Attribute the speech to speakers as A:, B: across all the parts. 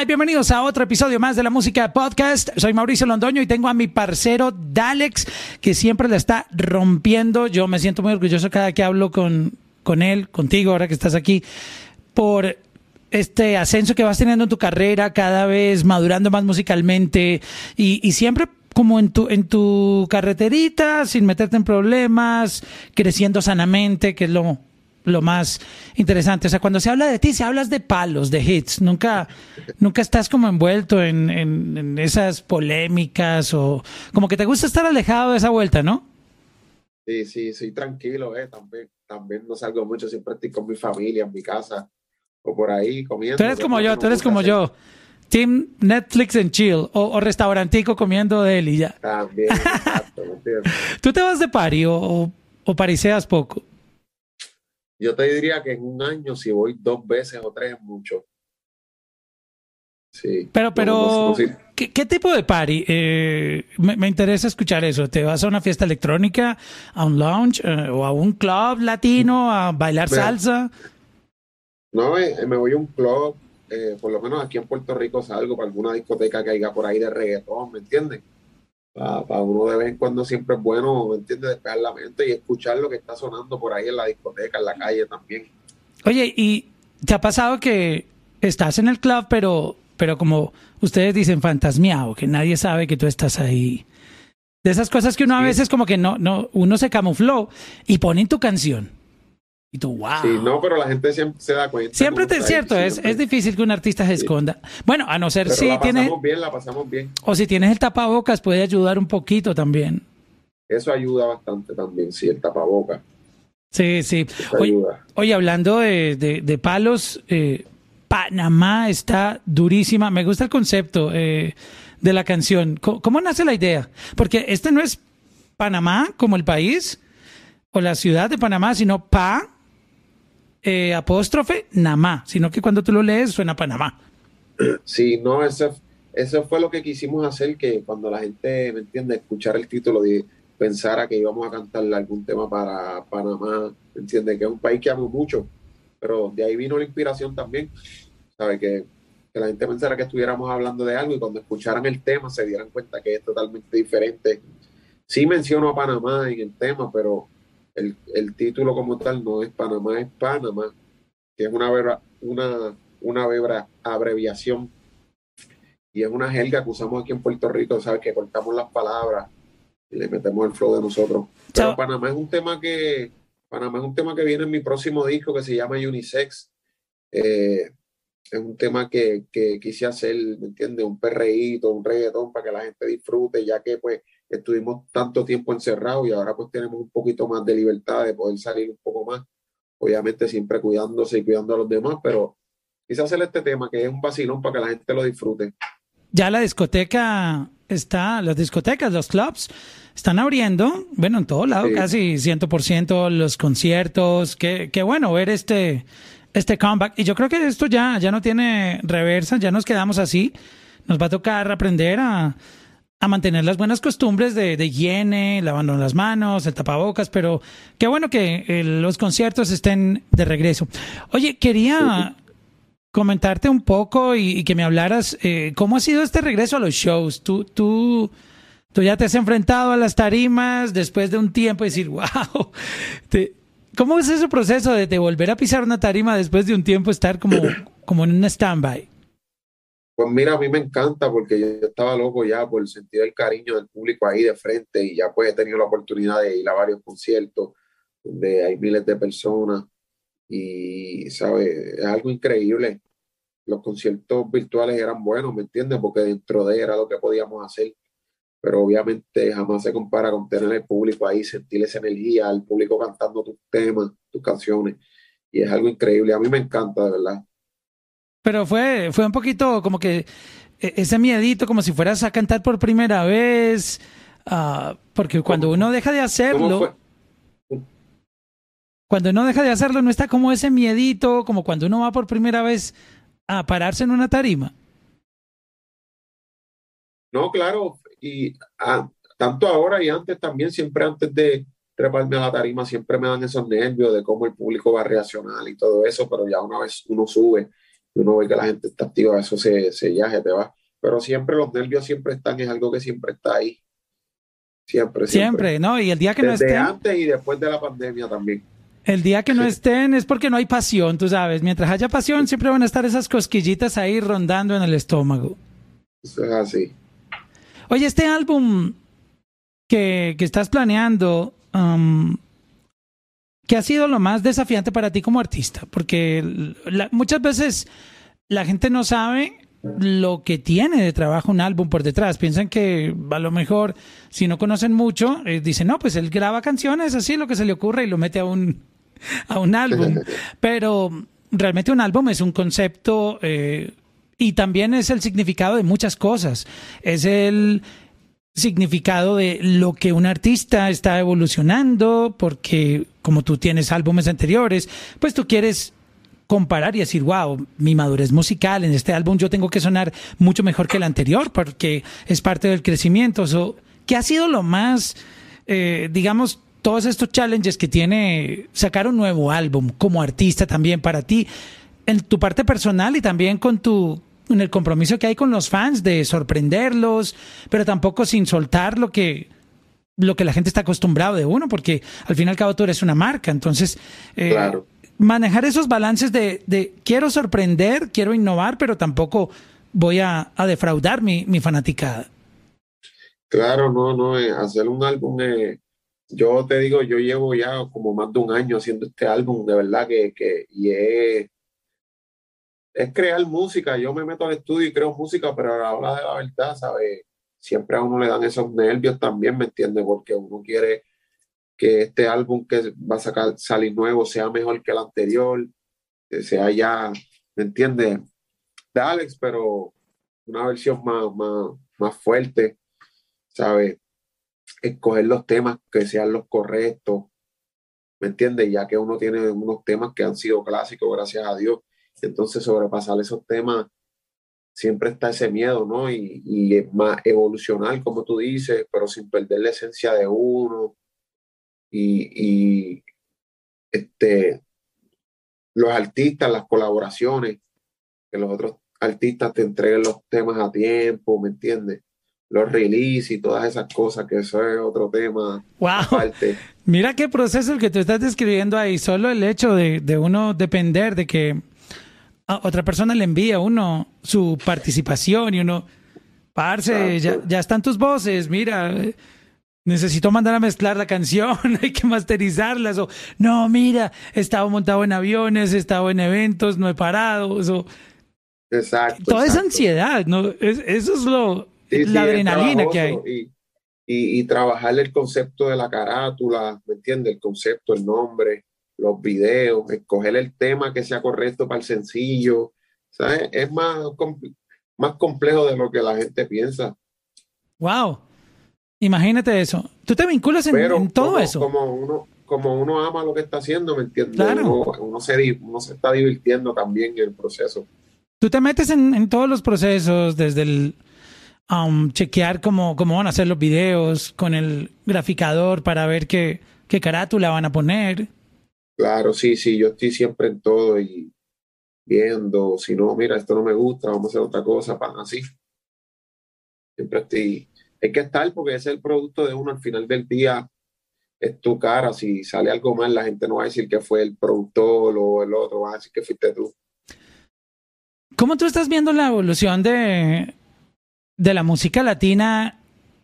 A: right, bienvenidos a otro episodio más de la Música Podcast. Soy Mauricio Londoño y tengo a mi parcero Dalex, que siempre la está rompiendo. Yo me siento muy orgulloso cada que hablo con él, contigo, ahora que estás aquí, por este ascenso que vas teniendo en tu carrera, cada vez madurando más musicalmente y siempre como en tu carreterita, sin meterte en problemas, creciendo sanamente, que es lo más interesante. O sea, cuando se habla de ti, se hablas de palos, de hits. Nunca estás como envuelto en esas polémicas o como que te gusta estar alejado de esa vuelta, ¿no?
B: Sí, soy tranquilo, también no salgo mucho, siempre estoy con mi familia, en mi casa o por ahí comiendo.
A: Tú eres como yo. Team Netflix and chill o restaurantico comiendo de él y ya.
B: También, exacto, ¿me entiendes?
A: ¿Tú te vas de party o pariseas poco?
B: Yo te diría que en un año, si voy 2 veces o 3 es mucho. Sí.
A: Pero,
B: No, sí.
A: ¿qué tipo de party? Me interesa escuchar eso. ¿Te vas a una fiesta electrónica, a un lounge o a un club latino, a bailar salsa?
B: No, me voy a un club, por lo menos aquí en Puerto Rico salgo para alguna discoteca que haya por ahí de reggaetón, ¿me entiendes? Para uno de vez en cuando siempre es bueno, ¿me entiendes? Despejar la mente y escuchar lo que está sonando por ahí en la discoteca, en la calle también.
A: Oye, ¿y te ha pasado que estás en el club, pero como ustedes dicen, fantasmeado, que nadie sabe que tú estás ahí? De esas cosas que uno a veces como que no, uno se camufló y ponen tu canción. Y tú, wow.
B: Sí, no, pero la gente siempre se da cuenta.
A: Siempre es cierto, es difícil que un artista se esconda. Bueno, a no ser
B: pero
A: si tienes...
B: la pasamos bien.
A: O si tienes el tapabocas, puede ayudar un poquito también.
B: Eso ayuda bastante también, sí, el tapabocas.
A: Sí. Oye, hablando de palos, Panamá está durísima. Me gusta el concepto de la canción. ¿Cómo nace la idea? Porque este no es Panamá como el país o la ciudad de Panamá, sino apóstrofe, Namá, sino que cuando tú lo lees suena Panamá.
B: Sí, no, eso fue lo que quisimos hacer, que cuando la gente, ¿me entiende?, escuchara el título, pensara que íbamos a cantarle algún tema para Panamá, ¿me entiende?, que es un país que amo mucho, pero de ahí vino la inspiración también, ¿sabe? Que la gente pensara que estuviéramos hablando de algo y cuando escucharan el tema se dieran cuenta que es totalmente diferente. Sí menciono a Panamá en el tema, pero el título como tal no es Panamá, es Panamá, que es una abreviación y es una jerga que usamos aquí en Puerto Rico, ¿sabes? Que cortamos las palabras y le metemos el flow de nosotros. Pero Panamá es un tema que viene en mi próximo disco que se llama Unisex. Es un tema que quise hacer, ¿me entiendes? Un perreíto, un reggaetón para que la gente disfrute, ya que pues estuvimos tanto tiempo encerrados y ahora pues tenemos un poquito más de libertad de poder salir un poco más, obviamente siempre cuidándose y cuidando a los demás, pero quise hacer este tema que es un vacilón para que la gente lo disfrute.
A: Ya la discoteca las discotecas, los clubs están abriendo, bueno, en todo lado, sí. Casi 100%, los conciertos, qué bueno ver este comeback. Y yo creo que esto ya no tiene reversa, ya nos quedamos así. Nos va a tocar aprender a mantener las buenas costumbres de higiene, lavando las manos, el tapabocas, pero qué bueno que los conciertos estén de regreso. Oye, quería comentarte un poco y que me hablaras cómo ha sido este regreso a los shows. Tú ya te has enfrentado a las tarimas después de un tiempo y decir, wow, ¿cómo es ese proceso de volver a pisar una tarima después de un tiempo estar como en un stand-by?
B: Pues mira, a mí me encanta porque yo estaba loco ya por sentir el cariño del público ahí de frente y ya pues he tenido la oportunidad de ir a varios conciertos donde hay miles de personas y, ¿sabes? Es algo increíble. Los conciertos virtuales eran buenos, ¿me entiendes? Porque dentro de era lo que podíamos hacer, pero obviamente jamás se compara con tener el público ahí, sentir esa energía, el público cantando tus temas, tus canciones, y es algo increíble. A mí me encanta, de verdad.
A: Pero fue un poquito como que ese miedito, como si fueras a cantar por primera vez, porque cuando uno deja de hacerlo, no está como ese miedito, como cuando uno va por primera vez a pararse en una tarima.
B: No, claro, y tanto ahora y antes también, siempre antes de treparme a la tarima, siempre me dan esos nervios de cómo el público va a reaccionar y todo eso, pero ya una vez uno sube y uno ve que la gente está activa, eso ya se te va. Pero siempre los nervios siempre están, es algo que siempre está ahí. Siempre, siempre.
A: Siempre, ¿no? Y el día que no
B: Desde
A: estén,
B: antes y después de la pandemia también.
A: el día que no estén es porque no hay pasión, tú sabes. Mientras haya pasión, siempre van a estar esas cosquillitas ahí rondando en el estómago.
B: Eso es así.
A: Oye, este álbum que estás planeando, ¿qué ha sido lo más desafiante para ti como artista? Porque muchas veces la gente no sabe lo que tiene de trabajo un álbum por detrás. Piensan que a lo mejor, si no conocen mucho, dicen, no, pues él graba canciones, así lo que se le ocurre y lo mete a un álbum. Pero realmente un álbum es un concepto y también es el significado de muchas cosas. Es el significado de lo que un artista está evolucionando, porque como tú tienes álbumes anteriores, pues tú quieres comparar y decir, wow, mi madurez musical en este álbum yo tengo que sonar mucho mejor que el anterior porque es parte del crecimiento. ¿Qué ha sido lo más, digamos, todos estos challenges que tiene sacar un nuevo álbum como artista también para ti, en tu parte personal y también en el compromiso que hay con los fans de sorprenderlos, pero tampoco sin soltar lo que la gente está acostumbrado de uno, porque al fin y al cabo tú eres una marca, entonces
B: Claro.
A: manejar esos balances de quiero sorprender, quiero innovar, pero tampoco voy a defraudar mi fanaticada.
B: Claro, no, no, hacer un álbum, yo te digo, yo llevo ya como más de un año haciendo este álbum, de verdad y es crear música. Yo me meto al estudio y creo música, pero a la hora de la verdad, ¿sabes? Siempre a uno le dan esos nervios también, ¿me entiendes? Porque uno quiere que este álbum que va a salir nuevo sea mejor que el anterior, que sea ya, ¿me entiendes? De Alex, pero una versión más fuerte, ¿sabes? Escoger los temas que sean los correctos, ¿me entiendes? Ya que uno tiene unos temas que han sido clásicos, gracias a Dios. Entonces, sobrepasar esos temas siempre está ese miedo, ¿no? Y es más evolucionar, como tú dices, pero sin perder la esencia de uno. Y este, los artistas, las colaboraciones, que los otros artistas te entreguen los temas a tiempo, ¿me entiendes? Los release y todas esas cosas, que eso es otro tema
A: ¡Wow!
B: aparte.
A: Mira qué proceso el que tú estás describiendo ahí. Solo el hecho de uno depender de que a otra persona le envíe a uno su participación y uno, parce,
B: Exacto.
A: ya están tus voces, mira, necesito mandar a mezclar la canción, hay que masterizarlas. O, no, mira, he estado montado en aviones, he estado en eventos, no he parado.
B: Exacto,
A: Toda esa
B: exacto.
A: ansiedad, ¿no? Eso es
B: Sí,
A: la
B: sí, es
A: adrenalina que hay.
B: trabajoso y trabajar el concepto de la carátula, ¿me entiendes? El concepto, el nombre, los videos, escoger el tema que sea correcto para el sencillo, ¿sabes? Es más complejo de lo que la gente piensa,
A: Wow, imagínate eso. Tú te vinculas en
B: pero
A: todo eso.
B: como uno ama lo que está haciendo, ¿me entiendes?
A: Claro.
B: Uno se está divirtiendo también en el proceso.
A: Tú te metes en todos los procesos, desde el chequear cómo van a hacer los videos, con el graficador para ver qué carátula van a poner.
B: Claro, sí, sí, yo estoy siempre en todo y viendo, si no, mira, esto no me gusta, vamos a hacer otra cosa, para así. Siempre estoy, hay que estar porque ese es el producto de uno al final del día, es tu cara. Si sale algo mal, la gente no va a decir que fue el productor o el otro, va a decir que fuiste tú.
A: ¿Cómo tú estás viendo la evolución de la música latina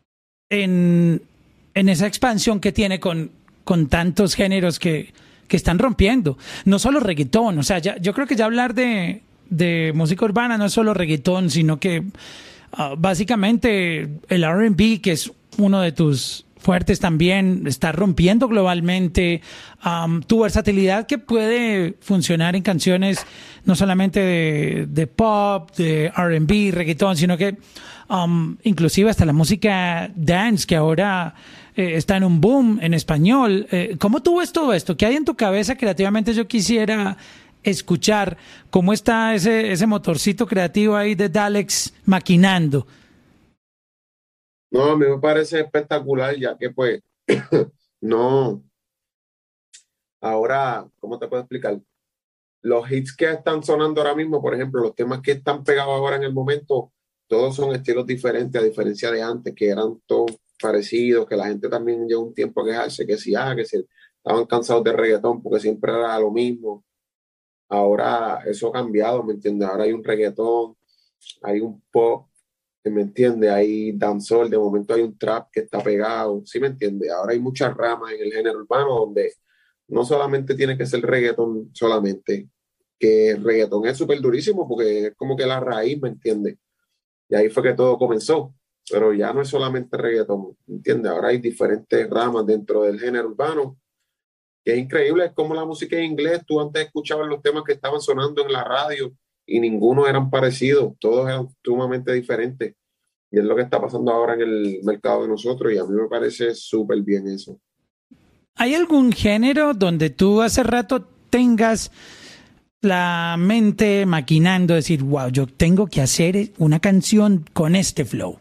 A: en, en esa expansión que tiene con tantos géneros que están rompiendo? No solo reggaetón, o sea, yo creo que ya hablar de música urbana no es solo reggaetón, sino que básicamente el R&B, que es uno de tus fuertes también, está rompiendo globalmente. Tu versatilidad que puede funcionar en canciones no solamente de pop, de R&B, reggaetón, sino que inclusive hasta la música dance que ahora está en un boom en español. ¿Cómo tú ves todo esto? ¿Qué hay en tu cabeza creativamente? Yo quisiera escuchar cómo está ese motorcito creativo ahí de Dalex maquinando.
B: No, a mí me parece espectacular, ya que pues, no, ahora, ¿cómo te puedo explicar? los hits que están sonando ahora mismo, por ejemplo, los temas que están pegados ahora en el momento, todos son estilos diferentes, a diferencia de antes, que eran todos parecidos, que la gente también lleva un tiempo a quejarse, que si, que si estaban cansados de reggaetón, porque siempre era lo mismo. Ahora eso ha cambiado, ¿me entiendes? Ahora hay un reggaetón, hay un pop, ¿me entiendes? Hay dancehall, de momento hay un trap que está pegado, ¿sí me entiendes? Ahora hay muchas ramas en el género urbano donde no solamente tiene que ser reggaetón solamente, que el reggaetón es súper durísimo porque es como que la raíz, ¿me entiendes? Y ahí fue que todo comenzó, pero ya no es solamente reggaetón, ¿me entiendes? Ahora hay diferentes ramas dentro del género urbano, que es increíble, es como la música en inglés, tú antes escuchabas los temas que estaban sonando en la radio y ninguno eran parecidos, todos eran sumamente diferentes. Y es lo que está pasando ahora en el mercado de nosotros y a mí me parece súper bien eso.
A: ¿Hay algún género donde tú hace rato tengas la mente maquinando, decir, wow, yo tengo que hacer una canción con este flow?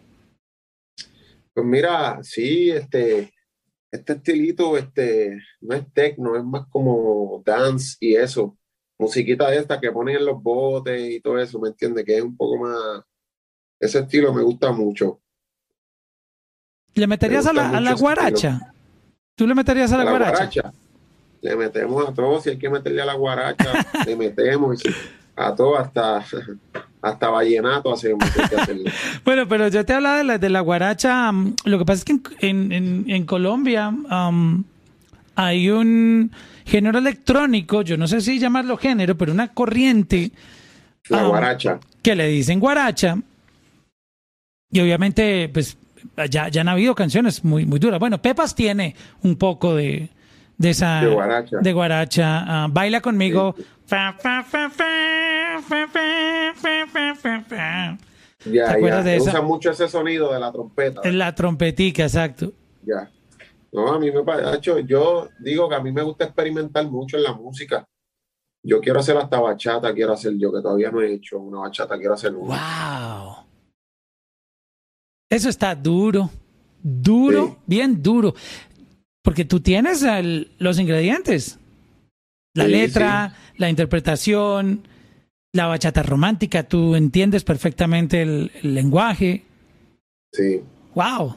B: Pues mira, sí, este estilito, no es techno, es más como dance y eso. Musiquita de esta que ponen en los botes y todo eso, ¿me entiendes? Que es un poco más, ese estilo me gusta mucho.
A: ¿Le
B: Me
A: meterías a
B: gusta
A: la
B: mucho ese estilo.
A: guaracha? ¿Tú le meterías a
B: A
A: la
B: la
A: guaracha?
B: guaracha, le metemos a todo, si hay que meterle a la guaracha, le metemos a todo, hasta vallenato hacemos, si hay que hacerle.
A: Bueno, pero yo te hablaba de la guaracha. Lo que pasa es que en Colombia hay un género electrónico, yo no sé si llamarlo género, pero una corriente
B: La guaracha.
A: que le dicen guaracha. Y obviamente, pues ya han habido canciones muy, muy duras. Bueno, Pepas tiene un poco de esa
B: De guaracha.
A: Baila conmigo.
B: Sí.
A: Fa, fa, fa, fa, fa, fa, fa, fa, fa, fa. ¿Te
B: Ya,
A: acuerdas de
B: usa
A: esa?
B: mucho ese sonido de la trompeta, ¿verdad?
A: La trompetica, exacto.
B: Ya. No, a mí me parece, yo digo que a mí me gusta experimentar mucho en la música. Yo quiero hacer hasta bachata, quiero hacer yo, que todavía no he hecho una bachata, quiero hacer una.
A: Wow. Eso está duro, duro,
B: Sí,
A: bien duro. Porque tú tienes los ingredientes. La
B: sí, sí,
A: letra, la interpretación, la bachata romántica, tú entiendes perfectamente el lenguaje.
B: sí.
A: Wow.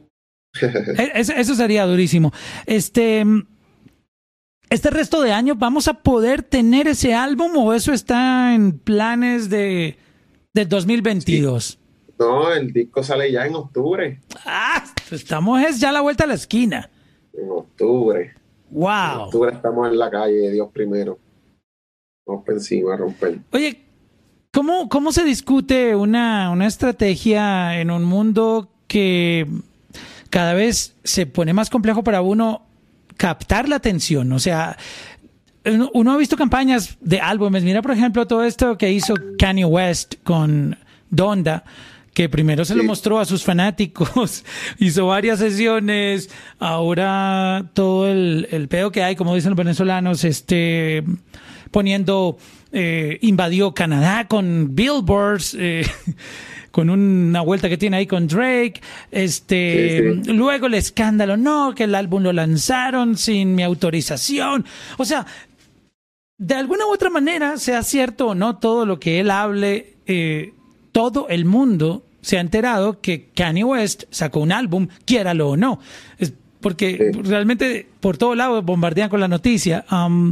A: Eso sería durísimo. Este resto de año vamos a poder tener ese álbum o eso está en planes del
B: Sí.
A: 2022.
B: No, el disco sale ya en octubre.
A: Ah, estamos es ya a la vuelta a la esquina.
B: En octubre. En
A: Wow.
B: octubre estamos en la calle, Dios primero. Vamos por encima a romper.
A: Oye, ¿cómo se discute una estrategia en un mundo que cada vez se pone más complejo para uno captar la atención? O sea, uno ha visto campañas de álbumes. Mira, por ejemplo, todo esto que hizo Kanye West con Donda, que primero se lo
B: Sí,
A: mostró a sus fanáticos, hizo varias sesiones, ahora todo el pedo que hay, como dicen los venezolanos, poniendo, invadió Canadá con billboards, con una vuelta que tiene ahí con Drake,
B: sí, sí.
A: luego el escándalo, no, que el álbum lo lanzaron sin mi autorización, o sea, de alguna u otra manera, sea cierto o no todo lo que él hable, todo el mundo se ha enterado que Kanye West sacó un álbum, quiéralo o no. Es porque
B: Sí.
A: realmente por todo lado bombardean con la noticia.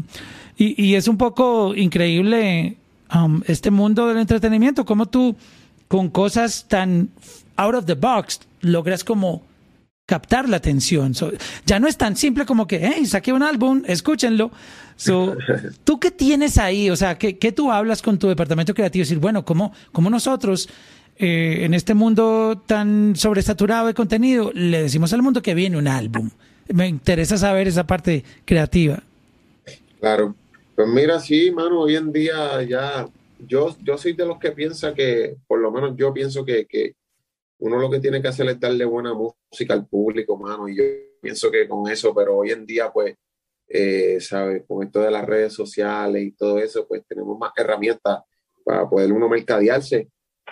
A: Y es un poco increíble este mundo del entretenimiento, como tú con cosas tan out of the box logras como captar la atención. Ya no es tan simple como que, hey, saqué un álbum, escúchenlo. ¿Tú qué tienes ahí? O sea, ¿qué tú hablas con tu departamento creativo? Decir, bueno, ¿cómo nosotros, en este mundo tan sobresaturado de contenido, le decimos al mundo que viene un álbum? Me interesa saber esa parte creativa.
B: Claro. Pues mira, sí, mano, hoy en día ya, yo soy de los que piensa que, por lo menos yo pienso que uno lo que tiene que hacer es darle buena música al público, mano, y yo pienso que con eso, pero hoy en día, pues, ¿sabes? Con esto de las redes sociales y todo eso, pues tenemos más herramientas para poder uno mercadearse.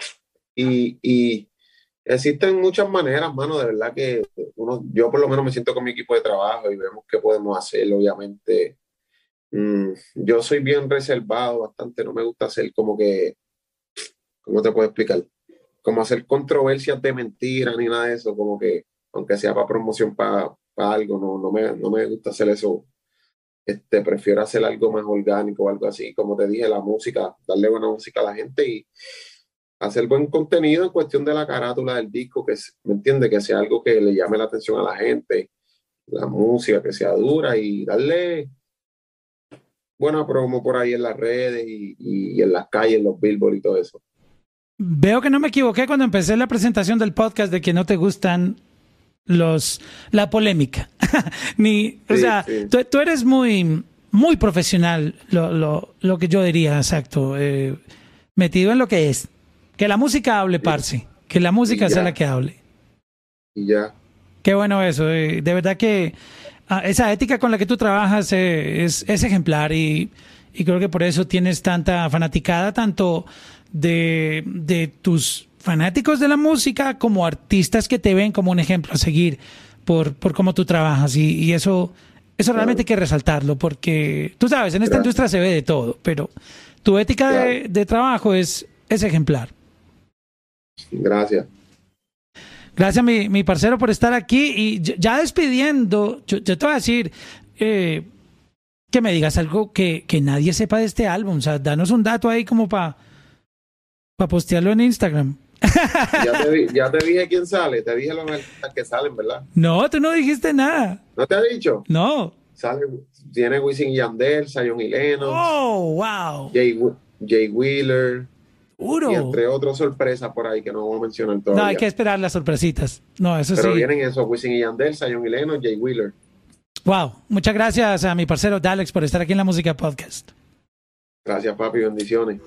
B: Y existen muchas maneras, mano, de verdad que yo por lo menos me siento con mi equipo de trabajo y vemos qué podemos hacer, obviamente Yo soy bien reservado, bastante, no me gusta hacer como que, ¿cómo te puedo explicar? Como hacer controversias de mentira ni nada de eso, como que, aunque sea para promoción, para algo, no me gusta hacer eso. Prefiero hacer algo más orgánico o algo así, como te dije, la música, darle buena música a la gente y hacer buen contenido en cuestión de la carátula del disco, ¿me entiende? Que sea algo que le llame la atención a la gente, la música, que sea dura y darle buena promo por ahí en las redes y en las calles, en los billboards y todo eso.
A: Veo que no me equivoqué cuando empecé la presentación del podcast de que no te gustan la polémica. O sea, sí. Tú eres muy profesional, lo que yo diría, exacto. Metido en lo que es. Que la música hable, parce. Que la música sea la que hable.
B: Y ya.
A: Qué bueno eso. De verdad que esa ética con la que tú trabajas es ejemplar y creo que por eso tienes tanta fanaticada, tanto de tus fanáticos de la música como artistas que te ven como un ejemplo a seguir por cómo tú trabajas y eso realmente hay que resaltarlo porque tú sabes, en esta industria se ve de todo, pero tu ética de trabajo es ejemplar.
B: Gracias.
A: Gracias, mi parcero, por estar aquí. Y ya despidiendo, yo te voy a decir que me digas algo que nadie sepa de este álbum. O sea, danos un dato ahí como para postearlo en Instagram.
B: Ya te dije quién sale. Te dije los que salen, ¿verdad?
A: No, tú no dijiste nada.
B: ¿No te ha dicho?
A: No.
B: Tiene Wisin y Yandel, Zion y Lennox.
A: Oh, wow.
B: Jay Wheeler.
A: Uro.
B: Y entre otras sorpresas por ahí que no vamos a mencionar todavía.
A: No, hay que esperar las sorpresitas. No, eso
B: Pero
A: sí.
B: vienen esos, Wisin y Yandel, Zion y Lennox, Jay Wheeler.
A: Wow. Muchas gracias a mi parcero Dalex por estar aquí en La Música Podcast.
B: Gracias, papi. Bendiciones.